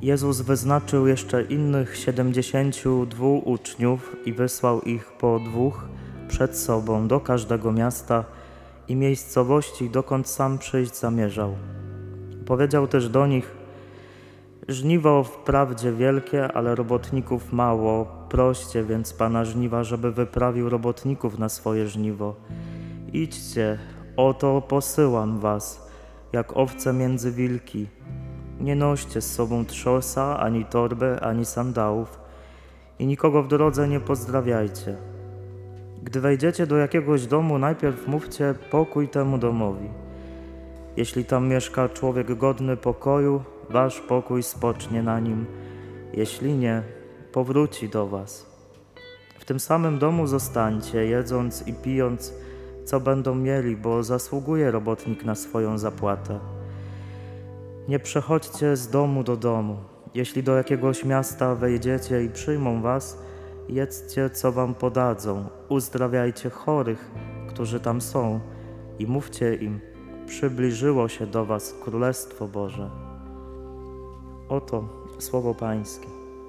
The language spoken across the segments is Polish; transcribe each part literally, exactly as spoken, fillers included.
Jezus wyznaczył jeszcze innych siedemdziesięciu dwóch uczniów i wysłał ich po dwóch przed sobą do każdego miasta i miejscowości, dokąd sam przyjść zamierzał. Powiedział też do nich: żniwo wprawdzie wielkie, ale robotników mało. Proście więc Pana żniwa, żeby wyprawił robotników na swoje żniwo. Idźcie, oto posyłam was, jak owce między wilki. Nie noście z sobą trzosa, ani torby, ani sandałów i nikogo w drodze nie pozdrawiajcie. Gdy wejdziecie do jakiegoś domu, najpierw mówcie pokój temu domowi. Jeśli tam mieszka człowiek godny pokoju, wasz pokój spocznie na nim. Jeśli nie, powróci do was. W tym samym domu zostańcie, jedząc i pijąc, co będą mieli, bo zasługuje robotnik na swoją zapłatę. Nie przechodźcie z domu do domu. Jeśli do jakiegoś miasta wejdziecie i przyjmą was, jedzcie, co wam podadzą. Uzdrawiajcie chorych, którzy tam są i mówcie im: przybliżyło się do was Królestwo Boże. Oto słowo Pańskie.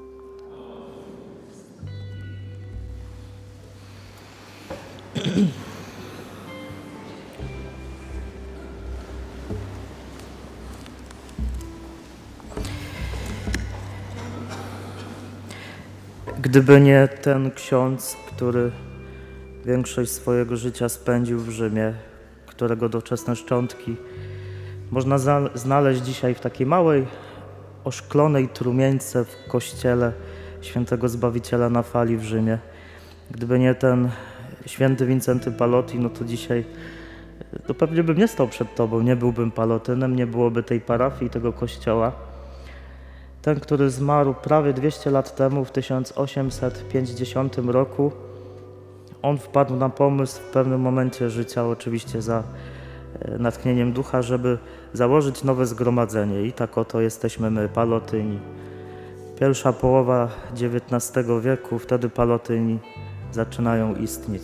Gdyby nie ten ksiądz, który większość swojego życia spędził w Rzymie, którego doczesne szczątki można znaleźć dzisiaj w takiej małej, oszklonej trumieńce w kościele świętego Zbawiciela na Fali w Rzymie. Gdyby nie ten święty Wincenty Palotti, no to dzisiaj to pewnie bym nie stał przed tobą, nie byłbym palotynem, nie byłoby tej parafii, tego kościoła. Ten, który zmarł prawie dwieście lat temu, w tysiąc osiemset pięćdziesiątym roku, on wpadł na pomysł w pewnym momencie życia, oczywiście za natchnieniem ducha, żeby założyć nowe zgromadzenie. I tak oto jesteśmy my, palotyni. Pierwsza połowa dziewiętnastego wieku, wtedy palotyni zaczynają istnieć.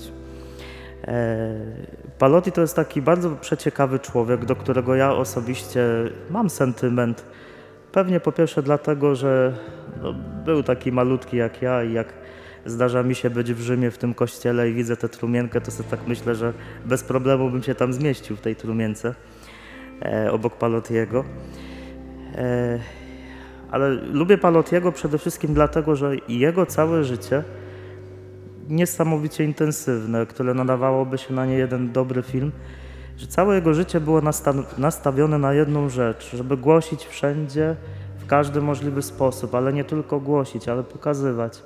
Palotti to jest taki bardzo przeciekawy człowiek, do którego ja osobiście mam sentyment. Pewnie po pierwsze dlatego, że no, był taki malutki jak ja i jak zdarza mi się być w Rzymie w tym kościele i widzę tę trumienkę, to sobie tak myślę, że bez problemu bym się tam zmieścił w tej trumience e, obok Palottiego. E, ale lubię Palottiego przede wszystkim dlatego, że jego całe życie niesamowicie intensywne, które nadawałoby się na nie jeden dobry film, że całe jego życie było nastawione na jedną rzecz, żeby głosić wszędzie, w każdy możliwy sposób, ale nie tylko głosić, ale pokazywać,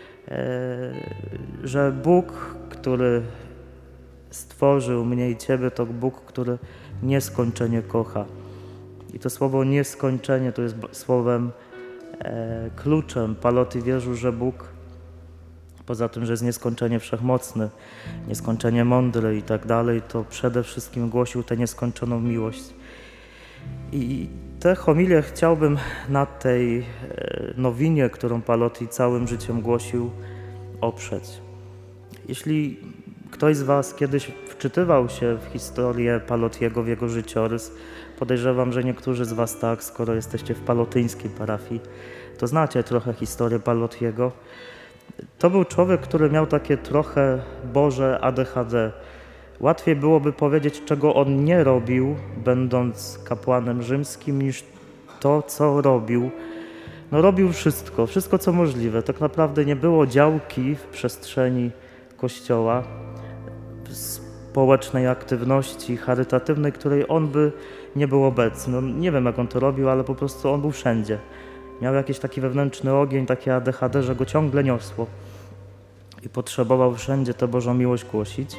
że Bóg, który stworzył mnie i Ciebie, to Bóg, który nieskończenie kocha. I to słowo nieskończenie to jest słowem e, kluczem. Palotti wierzył, że Bóg, poza tym, że jest nieskończenie wszechmocny, nieskończenie mądry i tak dalej, to przede wszystkim głosił tę nieskończoną miłość. I tę homilię chciałbym na tej nowinie, którą Palotti całym życiem głosił, oprzeć. Jeśli ktoś z was kiedyś wczytywał się w historię Palottiego, w jego życiorys, podejrzewam, że niektórzy z was tak, skoro jesteście w palotyńskiej parafii, to znacie trochę historię Palottiego. To był człowiek, który miał takie trochę Boże A D H D. Łatwiej byłoby powiedzieć, czego on nie robił, będąc kapłanem rzymskim, niż to, co robił. No robił wszystko, wszystko co możliwe. Tak naprawdę nie było działki w przestrzeni Kościoła, społecznej aktywności charytatywnej, której on by nie był obecny. No, nie wiem, jak on to robił, ale po prostu on był wszędzie. Miał jakiś taki wewnętrzny ogień, takie A D H D, że go ciągle niosło. I potrzebował wszędzie tę Bożą miłość głosić.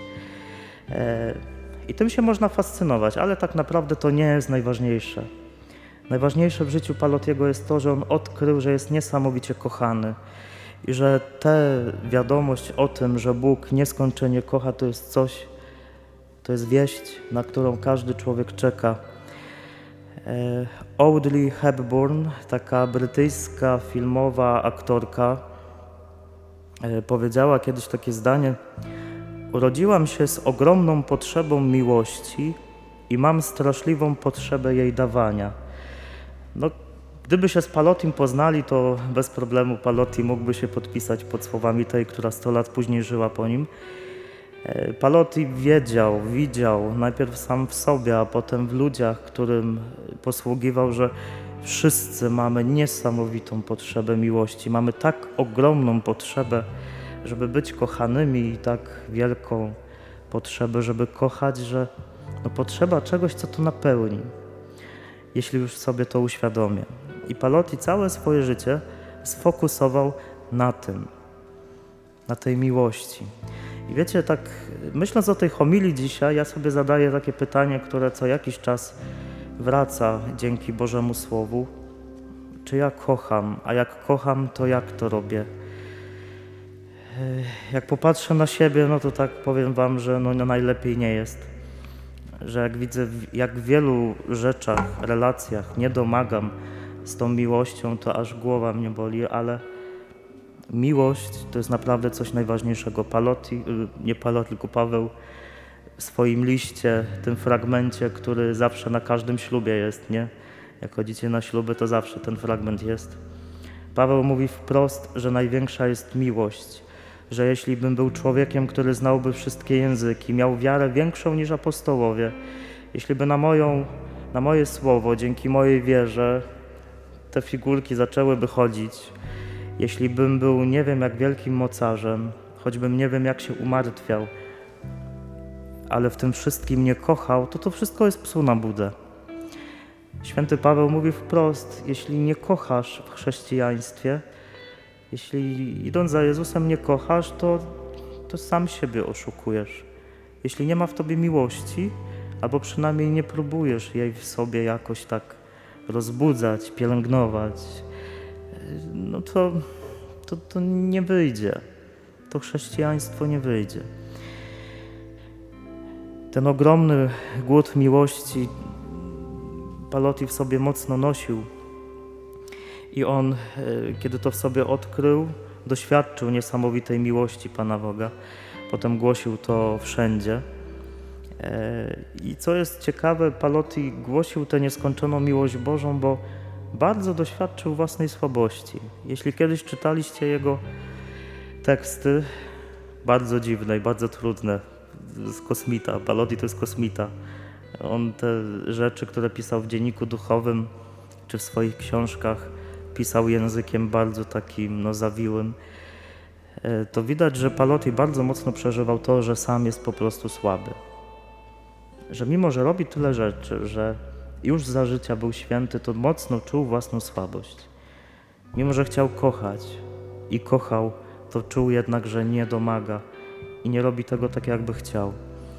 I tym się można fascynować, ale tak naprawdę to nie jest najważniejsze. Najważniejsze w życiu Palottiego jest to, że on odkrył, że jest niesamowicie kochany i że tę wiadomość o tym, że Bóg nieskończenie kocha, to jest coś, to jest wieść, na którą każdy człowiek czeka. Audrey Hepburn, taka brytyjska filmowa aktorka, powiedziała kiedyś takie zdanie: urodziłam się z ogromną potrzebą miłości i mam straszliwą potrzebę jej dawania. No, Gdyby się z Palotim poznali, to bez problemu Paloti mógłby się podpisać pod słowami tej, która sto lat później żyła po nim. Paloti wiedział, widział najpierw sam w sobie, a potem w ludziach, którym posługiwał, że wszyscy mamy niesamowitą potrzebę miłości. Mamy tak ogromną potrzebę, żeby być kochanymi i tak wielką potrzebę, żeby kochać, że no potrzeba czegoś, co to napełni, jeśli już sobie to uświadomię. I Paloti całe swoje życie sfokusował na tym, na tej miłości. I wiecie, tak myśląc o tej homilii dzisiaj, ja sobie zadaję takie pytanie, które co jakiś czas wraca dzięki Bożemu Słowu. Czy ja kocham? A jak kocham, to jak to robię? Jak popatrzę na siebie, no to tak powiem wam, że no najlepiej nie jest. Że jak widzę, jak w wielu rzeczach, relacjach nie domagam z tą miłością, to aż głowa mnie boli, ale miłość to jest naprawdę coś najważniejszego. Paloti, nie Paloti, tylko Paweł w swoim liście, tym fragmencie, który zawsze na każdym ślubie jest, nie? Jak chodzicie na śluby, to zawsze ten fragment jest. Paweł mówi wprost, że największa jest miłość, że jeśli bym był człowiekiem, który znałby wszystkie języki, miał wiarę większą niż apostołowie, jeśli by na, moją, na moje słowo, dzięki mojej wierze, te figurki zaczęłyby chodzić, jeśli bym był nie wiem jak wielkim mocarzem, choćbym nie wiem jak się umartwiał, ale w tym wszystkim nie kochał, to to wszystko jest psu na budę. Święty Paweł mówi wprost, jeśli nie kochasz w chrześcijaństwie, jeśli idąc za Jezusem nie kochasz, to, to sam siebie oszukujesz. Jeśli nie ma w tobie miłości, albo przynajmniej nie próbujesz jej w sobie jakoś tak rozbudzać, pielęgnować, no to, to, to nie wyjdzie. To chrześcijaństwo nie wyjdzie. Ten ogromny głód miłości Paloti w sobie mocno nosił i on, kiedy to w sobie odkrył, doświadczył niesamowitej miłości Pana Boga. Potem głosił to wszędzie. I co jest ciekawe, Paloti głosił tę nieskończoną miłość Bożą, bo bardzo doświadczył własnej słabości. Jeśli kiedyś czytaliście jego teksty, bardzo dziwne i bardzo trudne, z kosmita, Paloti to jest kosmita. On te rzeczy, które pisał w dzienniku duchowym, czy w swoich książkach, pisał językiem bardzo takim no, zawiłym. To widać, że Paloti bardzo mocno przeżywał to, że sam jest po prostu słaby. Że mimo, że robi tyle rzeczy, że już za życia był święty, to mocno czuł własną słabość. Mimo, że chciał kochać i kochał, to czuł jednak, że nie domaga i nie robi tego tak, jakby chciał.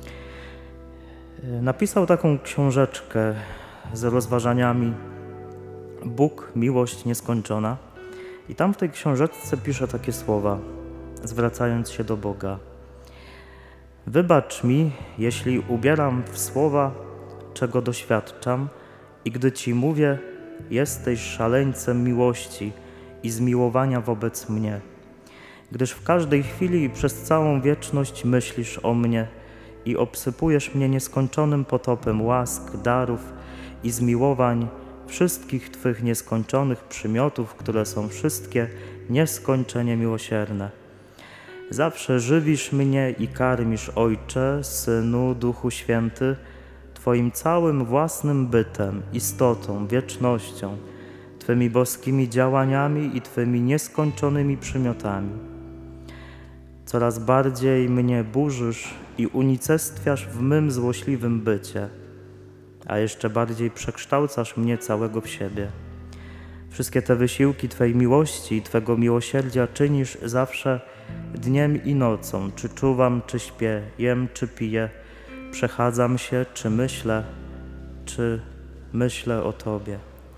Napisał taką książeczkę z rozważaniami Bóg, miłość nieskończona. I tam w tej książeczce pisze takie słowa, zwracając się do Boga. Wybacz mi, jeśli ubieram w słowa, czego doświadczam i gdy Ci mówię, jesteś szaleńcem miłości i zmiłowania wobec mnie. Gdyż w każdej chwili i przez całą wieczność myślisz o mnie i obsypujesz mnie nieskończonym potopem łask, darów i zmiłowań, wszystkich Twych nieskończonych przymiotów, które są wszystkie nieskończenie miłosierne. Zawsze żywisz mnie i karmisz, Ojcze, Synu, Duchu Święty, Twoim całym własnym bytem, istotą, wiecznością, Twymi boskimi działaniami i Twymi nieskończonymi przymiotami. Coraz bardziej mnie burzysz i unicestwiasz w mym złośliwym bycie, a jeszcze bardziej przekształcasz mnie całego w siebie. Wszystkie te wysiłki Twej miłości i Twego miłosierdzia czynisz zawsze dniem i nocą, czy czuwam, czy śpię, jem, czy piję, przechadzam się, czy myślę, czy myślę o Tobie.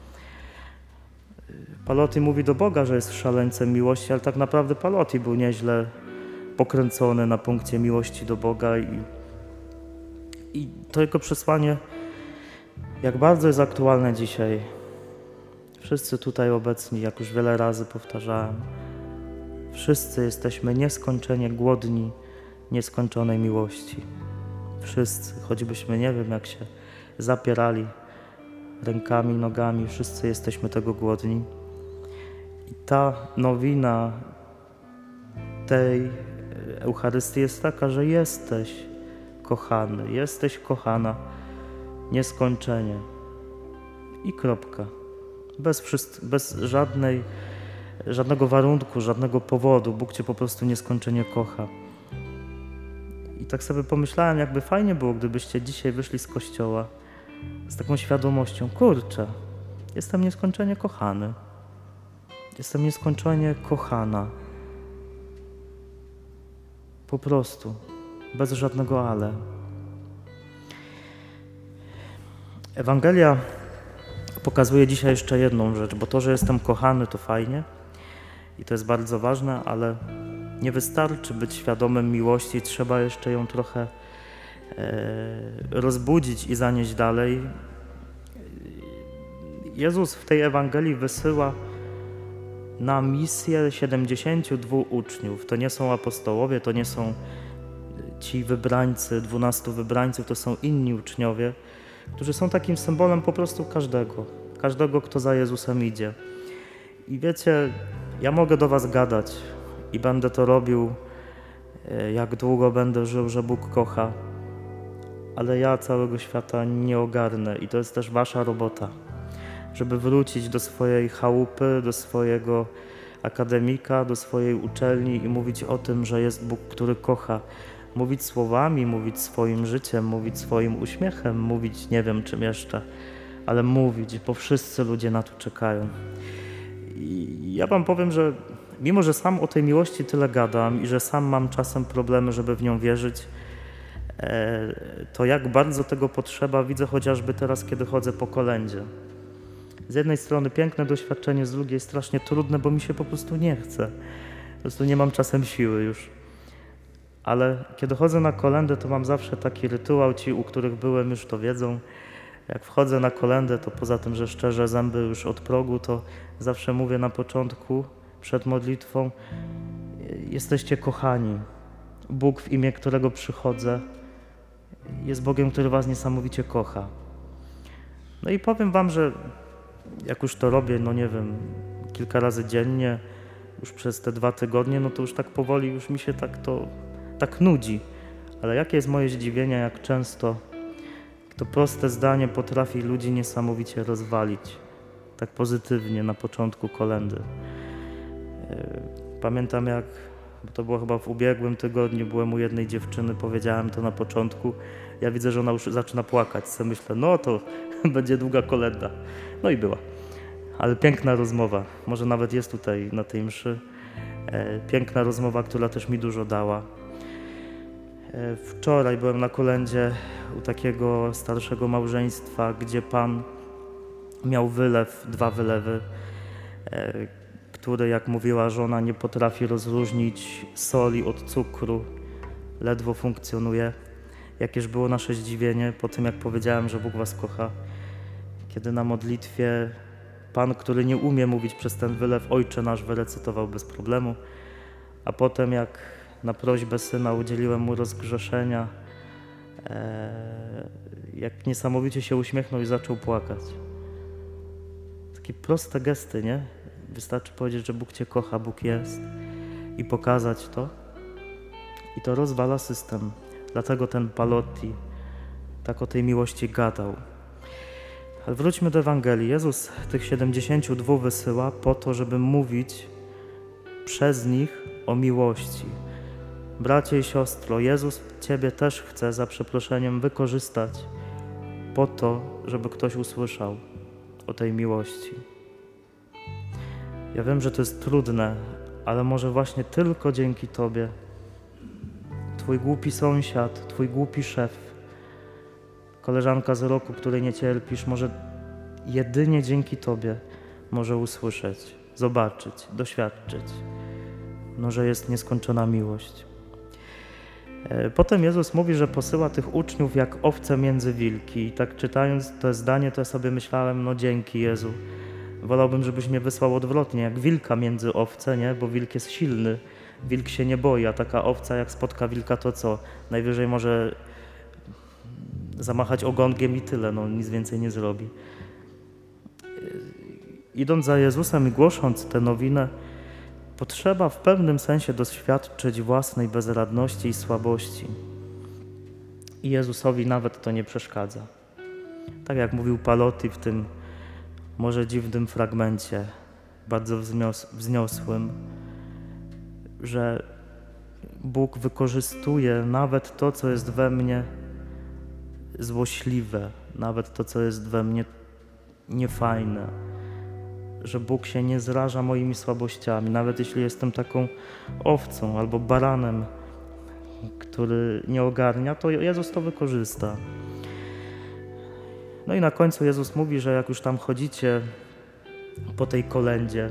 Paloti mówi do Boga, że jest szaleńcem miłości, ale tak naprawdę Paloti był nieźle pokręcony na punkcie miłości do Boga i, i to jego przesłanie jak bardzo jest aktualne dzisiaj. Wszyscy tutaj obecni, jak już wiele razy powtarzałem, wszyscy jesteśmy nieskończenie głodni nieskończonej miłości. Wszyscy, choćbyśmy nie wiem jak się zapierali, rękami, nogami, wszyscy jesteśmy tego głodni. I ta nowina tej Eucharystii jest taka, że jesteś kochany, jesteś kochana nieskończenie. I kropka. Bez, wszyst- bez żadnej, żadnego warunku, żadnego powodu. Bóg cię po prostu nieskończenie kocha. I tak sobie pomyślałem, jakby fajnie było, gdybyście dzisiaj wyszli z kościoła z taką świadomością, kurczę, jestem nieskończenie kochany. Jestem nieskończenie kochana. Po prostu. Bez żadnego ale. Ewangelia pokazuje dzisiaj jeszcze jedną rzecz, bo to, że jestem kochany, to fajnie i to jest bardzo ważne, ale nie wystarczy być świadomym miłości, trzeba jeszcze ją trochę e, rozbudzić i zanieść dalej. Jezus w tej Ewangelii wysyła na misję siedemdziesięciu dwóch uczniów. To nie są apostołowie, to nie są ci wybrańcy, dwunastu wybrańców, to są inni uczniowie, którzy są takim symbolem po prostu każdego, każdego, kto za Jezusem idzie. I wiecie, ja mogę do was gadać i będę to robił, jak długo będę żył, że Bóg kocha, ale ja całego świata nie ogarnę i to jest też wasza robota, żeby wrócić do swojej chałupy, do swojego akademika, do swojej uczelni i mówić o tym, że jest Bóg, który kocha. Mówić słowami, mówić swoim życiem, mówić swoim uśmiechem, mówić nie wiem czym jeszcze, ale mówić, bo wszyscy ludzie na to czekają. I ja wam powiem, że mimo, że sam o tej miłości tyle gadam i że sam mam czasem problemy, żeby w nią wierzyć, to jak bardzo tego potrzeba, widzę chociażby teraz, kiedy chodzę po kolędzie. Z jednej strony piękne doświadczenie, z drugiej strasznie trudne, bo mi się po prostu nie chce. Po prostu nie mam czasem siły już. Ale kiedy chodzę na kolędę, to mam zawsze taki rytuał, ci, u których byłem, już to wiedzą. Jak wchodzę na kolędę, to poza tym, że szczerze zęby już od progu, to zawsze mówię na początku, przed modlitwą, jesteście kochani. Bóg, w imię którego przychodzę, jest Bogiem, który was niesamowicie kocha. No i powiem wam, że jak już to robię, no nie wiem, kilka razy dziennie, już przez te dwa tygodnie, no to już tak powoli, już mi się tak to tak nudzi. Ale jakie jest moje zdziwienie, jak często to proste zdanie potrafi ludzi niesamowicie rozwalić. Tak pozytywnie na początku kolędy. Pamiętam jak, bo to było chyba w ubiegłym tygodniu, byłem u jednej dziewczyny, powiedziałem to na początku. Ja widzę, że ona już zaczyna płakać. Co myślę, no to będzie długa kolęda. No i była. Ale piękna rozmowa. Może nawet jest tutaj na tej mszy. Piękna rozmowa, która też mi dużo dała. Wczoraj byłem na kolędzie u takiego starszego małżeństwa, gdzie Pan miał wylew, dwa wylewy, który, jak mówiła żona, nie potrafi rozróżnić soli od cukru, ledwo funkcjonuje. Jakież było nasze zdziwienie po tym, jak powiedziałem, że Bóg was kocha, kiedy na modlitwie Pan, który nie umie mówić przez ten wylew, Ojcze nasz wyrecytował bez problemu, a potem jak na prośbę Syna udzieliłem mu rozgrzeszenia, e, jak niesamowicie się uśmiechnął i zaczął płakać. Takie proste gesty, nie? Wystarczy powiedzieć, że Bóg cię kocha, Bóg jest i pokazać to. I to rozwala system. Dlatego ten Palotti tak o tej miłości gadał. Ale wróćmy do Ewangelii. Jezus tych siedemdziesięciu dwóch wysyła po to, żeby mówić przez nich o miłości. Bracie i siostro, Jezus ciebie też chce za przeproszeniem wykorzystać po to, żeby ktoś usłyszał o tej miłości. Ja wiem, że to jest trudne, ale może właśnie tylko dzięki tobie, twój głupi sąsiad, twój głupi szef, koleżanka z roku, której nie cierpisz, może jedynie dzięki tobie może usłyszeć, zobaczyć, doświadczyć, no, że jest nieskończona miłość. Potem Jezus mówi, że posyła tych uczniów jak owce między wilki. I tak czytając to zdanie, to ja sobie myślałem, no dzięki Jezu. Wolałbym, żebyś mnie wysłał odwrotnie, jak wilka między owce, nie? Bo wilk jest silny, wilk się nie boi, a taka owca jak spotka wilka, to co? Najwyżej może zamachać ogonkiem i tyle, no nic więcej nie zrobi. idąc za Jezusem i głosząc tę nowinę, potrzeba w pewnym sensie doświadczyć własnej bezradności i słabości. I Jezusowi nawet to nie przeszkadza. Tak jak mówił Paloty w tym może dziwnym fragmencie, bardzo wznios- wzniosłym, że Bóg wykorzystuje nawet to, co jest we mnie złośliwe, nawet to, co jest we mnie niefajne, że Bóg się nie zraża moimi słabościami, nawet jeśli jestem taką owcą albo baranem, który nie ogarnia, to Jezus to wykorzysta. No i na końcu Jezus mówi, że jak już tam chodzicie po tej kolędzie,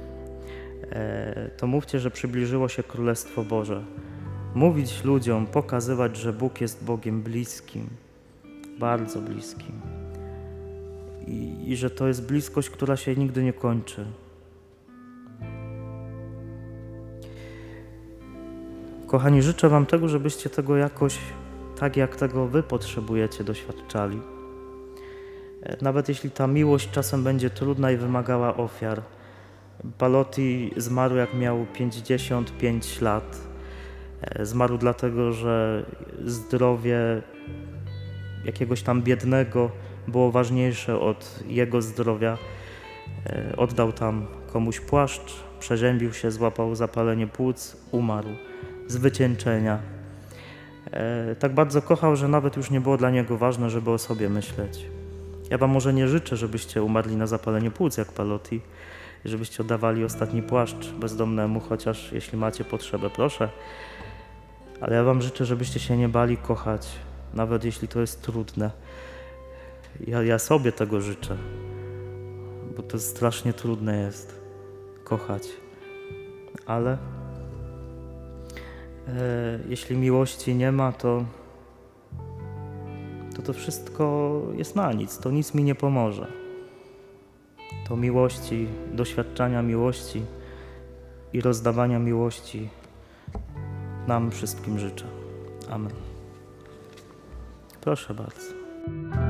to mówcie, że przybliżyło się Królestwo Boże. Mówić ludziom, pokazywać, że Bóg jest Bogiem bliskim, bardzo bliskim. I, i że to jest bliskość, która się nigdy nie kończy. Kochani, życzę wam tego, żebyście tego jakoś, tak jak tego wy potrzebujecie, doświadczali. Nawet jeśli ta miłość czasem będzie trudna i wymagała ofiar. Paloty zmarł, jak miał pięćdziesiąt pięć lat. Zmarł dlatego, że zdrowie jakiegoś tam biednego było ważniejsze od jego zdrowia. Oddał tam komuś płaszcz, przeziębił się, złapał zapalenie płuc, umarł z wycieńczenia. Tak bardzo kochał, że nawet już nie było dla niego ważne, żeby o sobie myśleć. Ja wam może nie życzę, żebyście umarli na zapalenie płuc jak Paloty, żebyście oddawali ostatni płaszcz bezdomnemu, chociaż jeśli macie potrzebę, proszę. Ale ja wam życzę, żebyście się nie bali kochać, nawet jeśli to jest trudne. Ja, ja sobie tego życzę, bo to strasznie trudne jest kochać. Ale e, jeśli miłości nie ma, to, to to wszystko jest na nic, to nic mi nie pomoże. To miłości, doświadczania miłości i rozdawania miłości nam wszystkim życzę. Amen. Proszę bardzo.